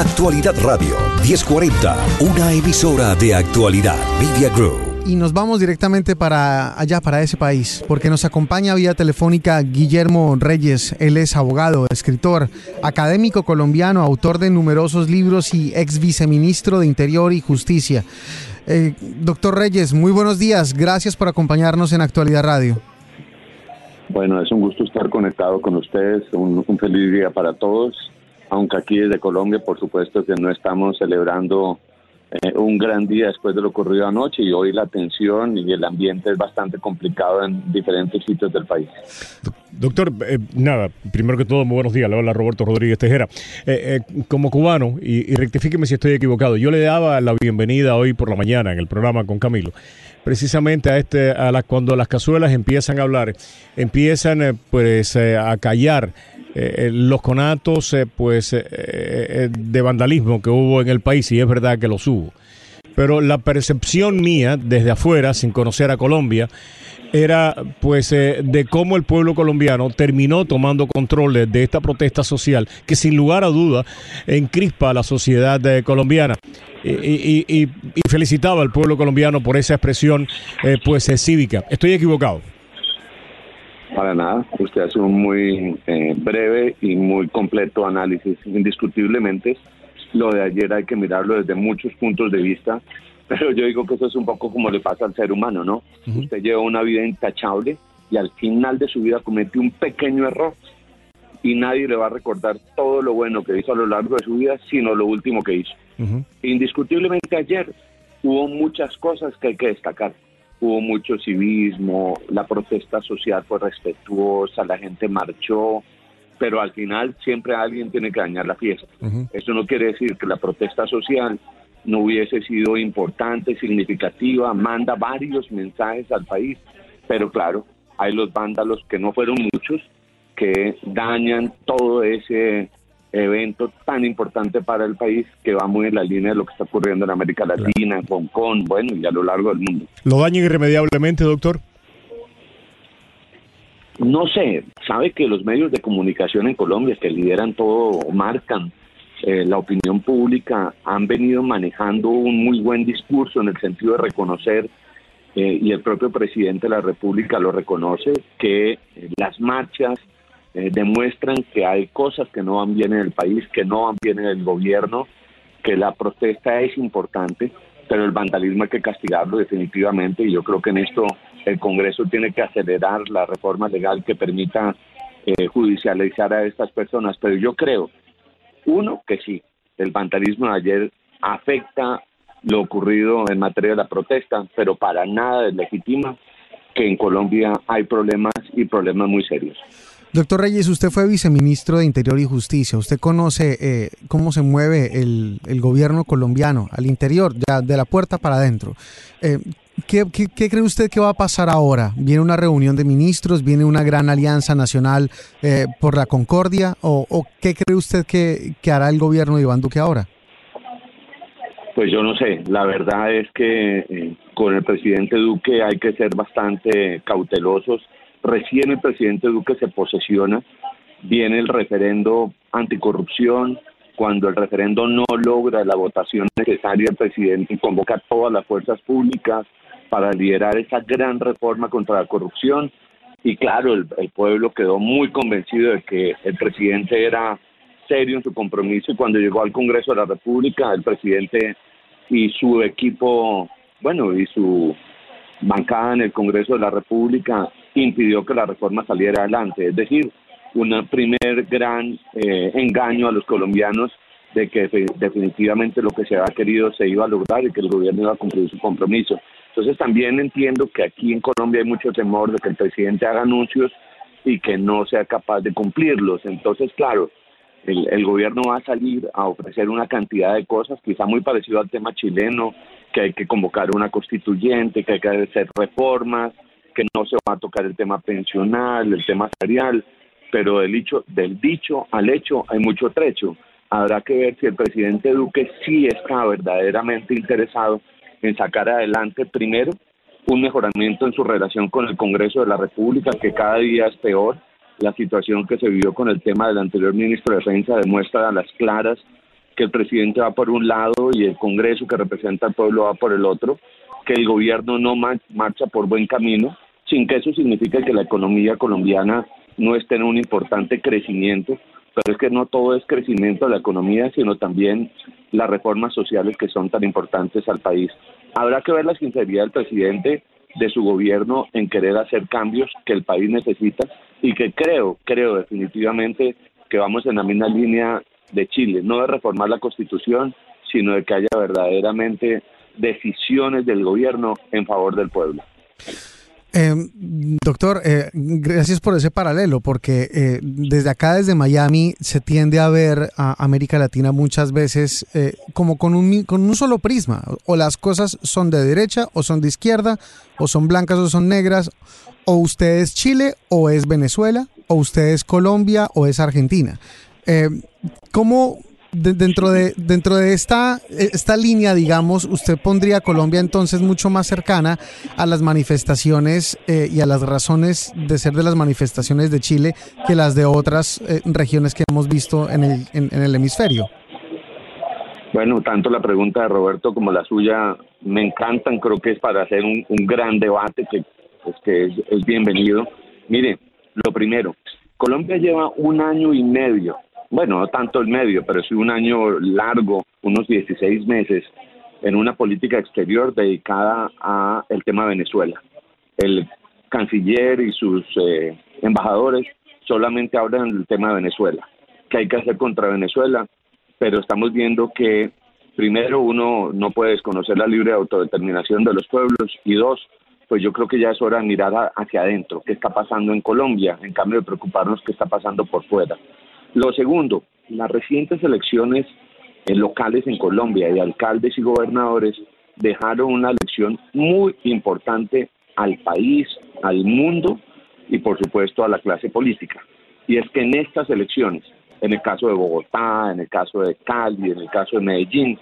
Actualidad Radio 1040, una emisora de Actualidad Media Group. Y nos vamos directamente para allá, para ese país, porque nos acompaña vía telefónica Guillermo Reyes. Él es abogado, escritor, académico colombiano, autor de numerosos libros y ex viceministro de Interior y Justicia. Doctor Reyes, muy buenos días. Gracias por acompañarnos en Actualidad Radio. Bueno, es un gusto estar conectado con ustedes. Un feliz día para todos. Aunque aquí desde Colombia, por supuesto que no estamos celebrando un gran día después de lo ocurrido anoche, y hoy la tensión y el ambiente es bastante complicado en diferentes sitios del país. Doctor, primero que todo, muy buenos días. Le habla Roberto Rodríguez Tejera. Como cubano, y rectifíqueme si estoy equivocado, yo le daba la bienvenida hoy por la mañana en el programa con Camilo, precisamente cuando las cazuelas empiezan a hablar, empiezan a callar los conatos de vandalismo que hubo en el país, y es verdad que los hubo. Pero la percepción mía desde afuera, sin conocer a Colombia, era de cómo el pueblo colombiano terminó tomando control de esta protesta social que sin lugar a duda encrispa a la sociedad colombiana. Y felicitaba al pueblo colombiano por esa expresión cívica. ¿Estoy equivocado? Para nada, usted hace un muy breve y muy completo análisis. Indiscutiblemente, lo de ayer hay que mirarlo desde muchos puntos de vista, pero yo digo que eso es un poco como le pasa al ser humano, ¿no? Uh-huh. Usted lleva una vida intachable y al final de su vida comete un pequeño error y nadie le va a recordar todo lo bueno que hizo a lo largo de su vida, sino lo último que hizo. Uh-huh. Indiscutiblemente ayer hubo muchas cosas que hay que destacar. Hubo mucho civismo, la protesta social fue respetuosa, la gente marchó, pero al final siempre alguien tiene que dañar la fiesta. Uh-huh. Eso no quiere decir que la protesta social no hubiese sido importante, significativa, manda varios mensajes al país, pero claro, hay los vándalos, que no fueron muchos, que dañan todo ese evento tan importante para el país, que va muy en la línea de lo que está ocurriendo en América Latina, en Hong Kong, bueno, y a lo largo del mundo. ¿Lo dañan irremediablemente, doctor? No sé, sabe que los medios de comunicación en Colombia, que lideran todo, marcan la opinión pública, han venido manejando un muy buen discurso en el sentido de reconocer, y el propio presidente de la República lo reconoce, que las marchas demuestran que hay cosas que no van bien en el país, que no van bien en el gobierno, que la protesta es importante, pero el vandalismo hay que castigarlo definitivamente, y yo creo que en esto el Congreso tiene que acelerar la reforma legal que permita judicializar a estas personas. Pero yo creo, uno, que sí, el vandalismo de ayer afecta lo ocurrido en materia de la protesta, pero para nada deslegitima que en Colombia hay problemas, y problemas muy serios. Doctor Reyes, usted fue viceministro de Interior y Justicia. Usted conoce cómo se mueve el gobierno colombiano al interior, ya de la puerta para adentro. ¿Qué cree usted que va a pasar ahora? ¿Viene una reunión de ministros? ¿Viene una gran alianza nacional por la concordia? ¿O qué cree usted que hará el gobierno de Iván Duque ahora? Pues yo no sé. La verdad es que con el presidente Duque hay que ser bastante cautelosos. Recién el presidente Duque se posesiona, viene el referendo anticorrupción. Cuando el referendo no logra la votación necesaria, el presidente convoca a todas las fuerzas públicas para liderar esa gran reforma contra la corrupción. Y claro, el pueblo quedó muy convencido de que el presidente era serio en su compromiso, y cuando llegó al Congreso de la República, el presidente y su equipo, y su bancada en el Congreso de la República impidió que la reforma saliera adelante. Es decir, un primer gran engaño a los colombianos de que definitivamente lo que se había querido se iba a lograr y que el gobierno iba a cumplir su compromiso. Entonces también entiendo que aquí en Colombia hay mucho temor de que el presidente haga anuncios y que no sea capaz de cumplirlos. Entonces, claro, el gobierno va a salir a ofrecer una cantidad de cosas, quizá muy parecido al tema chileno, que hay que convocar una constituyente, que hay que hacer reformas, que no se va a tocar el tema pensional, el tema salarial, pero del dicho al hecho hay mucho trecho. Habrá que ver si el presidente Duque sí está verdaderamente interesado en sacar adelante, primero, un mejoramiento en su relación con el Congreso de la República, que cada día es peor. La situación que se vivió con el tema del anterior ministro de Defensa demuestra a las claras que el presidente va por un lado y el Congreso que representa al pueblo va por el otro, que el gobierno no marcha por buen camino, sin que eso signifique que la economía colombiana no esté en un importante crecimiento, pero es que no todo es crecimiento de la economía, sino también las reformas sociales que son tan importantes al país. Habrá que ver la sinceridad del presidente, de su gobierno, en querer hacer cambios que el país necesita y que creo definitivamente que vamos en la misma línea de Chile, no de reformar la Constitución, sino de que haya verdaderamente decisiones del gobierno en favor del pueblo. Doctor, gracias por ese paralelo, porque desde acá, desde Miami, se tiende a ver a América Latina muchas veces como con un solo prisma. O las cosas son de derecha o son de izquierda, o son blancas o son negras, o usted es Chile o es Venezuela, o usted es Colombia o es Argentina. ¿Cómo dentro de esta línea, digamos, usted pondría a Colombia entonces mucho más cercana a las manifestaciones y a las razones de ser de las manifestaciones de Chile que las de otras regiones que hemos visto en el hemisferio? Bueno, tanto la pregunta de Roberto como la suya me encantan. Creo que es para hacer un gran debate que es bienvenido. Mire, lo primero, Colombia lleva 1 año y medio, bueno, no tanto el medio, pero sí 1 año largo, unos 16 meses, en una política exterior dedicada a el tema de Venezuela. El canciller y sus embajadores solamente hablan del tema de Venezuela. ¿Qué hay que hacer contra Venezuela? Pero estamos viendo que, primero, uno no puede desconocer la libre autodeterminación de los pueblos, y dos, pues yo creo que ya es hora de mirar hacia adentro, qué está pasando en Colombia, en cambio de preocuparnos qué está pasando por fuera. Lo segundo, las recientes elecciones locales en Colombia de alcaldes y gobernadores dejaron una lección muy importante al país, al mundo y por supuesto a la clase política. Y es que en estas elecciones, en el caso de Bogotá, en el caso de Cali, en el caso de Medellín,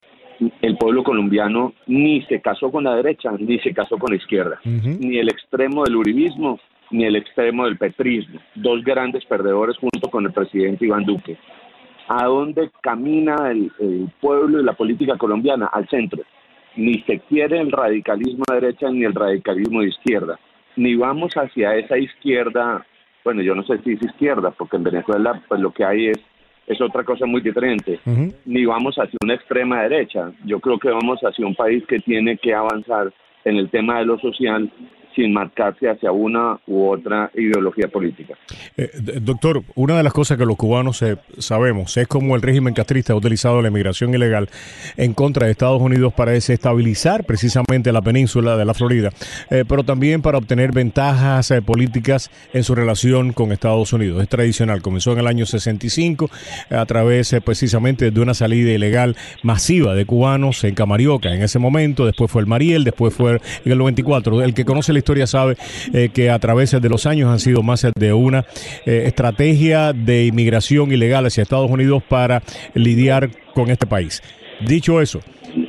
el pueblo colombiano ni se casó con la derecha, ni se casó con la izquierda, ni el extremo del uribismo, ni el extremo del petrismo, dos grandes perdedores junto con el presidente Iván Duque. ¿A dónde camina el pueblo y la política colombiana? Al centro. Ni se quiere el radicalismo de derecha ni el radicalismo de izquierda, ni vamos hacia esa izquierda, bueno, yo no sé si es izquierda, porque en Venezuela pues lo que hay es otra cosa muy diferente, ni vamos hacia una extrema derecha. Yo creo que vamos hacia un país que tiene que avanzar en el tema de lo social sin marcarse hacia una u otra ideología política. Doctor, una de las cosas que los cubanos sabemos es cómo el régimen castrista ha utilizado la inmigración ilegal en contra de Estados Unidos para desestabilizar precisamente la península de la Florida, pero también para obtener ventajas políticas en su relación con Estados Unidos. Es tradicional, comenzó en el año 65 a través precisamente de una salida ilegal masiva de cubanos en Camarioca en ese momento, después fue el Mariel, después fue en el 94. El que conoce la historia sabe que a través de los años han sido más de una estrategia de inmigración ilegal hacia Estados Unidos para lidiar con este país. Dicho eso,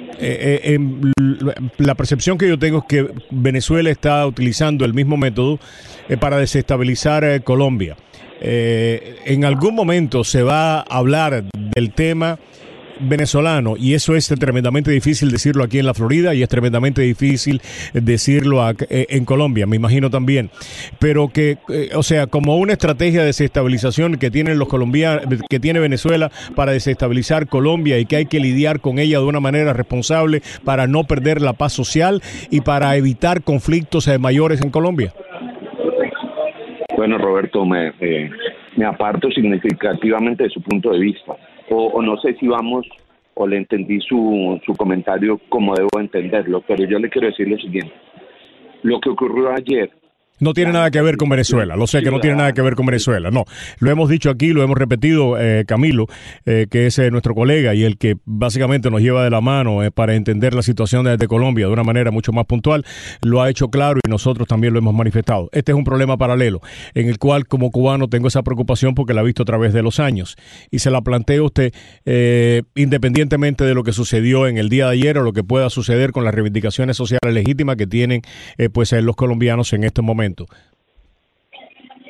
la percepción que yo tengo es que Venezuela está utilizando el mismo método para desestabilizar Colombia. En algún momento se va a hablar del tema venezolano, y eso es tremendamente difícil decirlo aquí en la Florida y es tremendamente difícil decirlo en Colombia, me imagino también, pero que, o sea, como una estrategia de desestabilización que tienen los colombianos, que tiene Venezuela para desestabilizar Colombia, y que hay que lidiar con ella de una manera responsable para no perder la paz social y para evitar conflictos mayores en Colombia. Bueno, Roberto, me aparto significativamente de su punto de vista. O no sé si vamos, o le entendí su comentario como debo entenderlo, pero yo le quiero decir lo siguiente. Lo que ocurrió ayer no tiene nada que ver con Venezuela, lo sé que no tiene nada que ver con Venezuela, no. Lo hemos dicho aquí, lo hemos repetido, Camilo, que es nuestro colega y el que básicamente nos lleva de la mano para entender la situación de Colombia de una manera mucho más puntual, lo ha hecho claro y nosotros también lo hemos manifestado. Este es un problema paralelo, en el cual como cubano tengo esa preocupación porque la he visto a través de los años. Y se la planteo a usted, independientemente de lo que sucedió en el día de ayer o lo que pueda suceder con las reivindicaciones sociales legítimas que tienen los colombianos en este momento.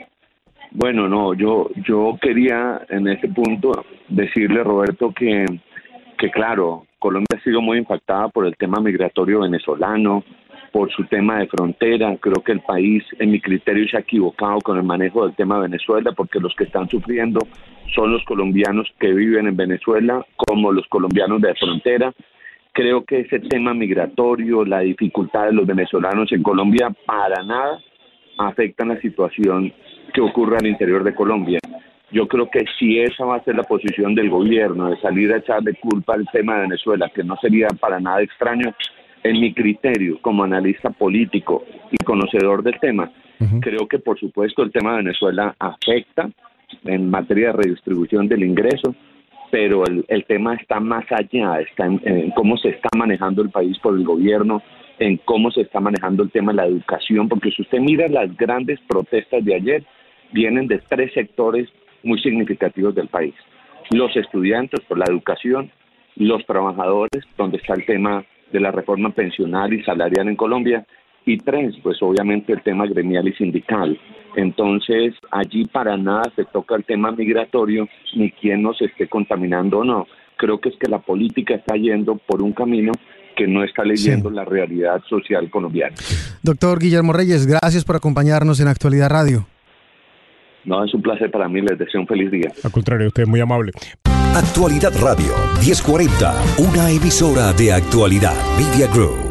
Bueno, no, yo quería en ese punto decirle, Roberto, que que claro, Colombia ha sido muy impactada por el tema migratorio venezolano, por su tema de frontera. Creo que el país, en mi criterio, se ha equivocado con el manejo del tema de Venezuela, porque los que están sufriendo son los colombianos que viven en Venezuela, como los colombianos de frontera. Creo que ese tema migratorio, la dificultad de los venezolanos en Colombia, para nada afectan la situación que ocurre al interior de Colombia. Yo creo que si esa va a ser la posición del gobierno, de salir a echarle culpa al tema de Venezuela, que no sería para nada extraño, en mi criterio, como analista político y conocedor del tema, creo que por supuesto el tema de Venezuela afecta en materia de redistribución del ingreso, pero el tema está más allá, está en cómo se está manejando el país por el gobierno, en cómo se está manejando el tema de la educación, porque si usted mira las grandes protestas de ayer, vienen de 3 sectores muy significativos del país. Los estudiantes por la educación, los trabajadores, donde está el tema de la reforma pensional y salarial en Colombia, y 3, pues obviamente el tema gremial y sindical. Entonces, allí para nada se toca el tema migratorio, ni quién nos esté contaminando o no. Creo que es que la política está yendo por un camino que no está leyendo la realidad social colombiana. Doctor Guillermo Reyes, gracias por acompañarnos en Actualidad Radio. No, es un placer para mí, les deseo un feliz día. Al contrario, usted es muy amable. Actualidad Radio 1040, una emisora de Actualidad Media Group.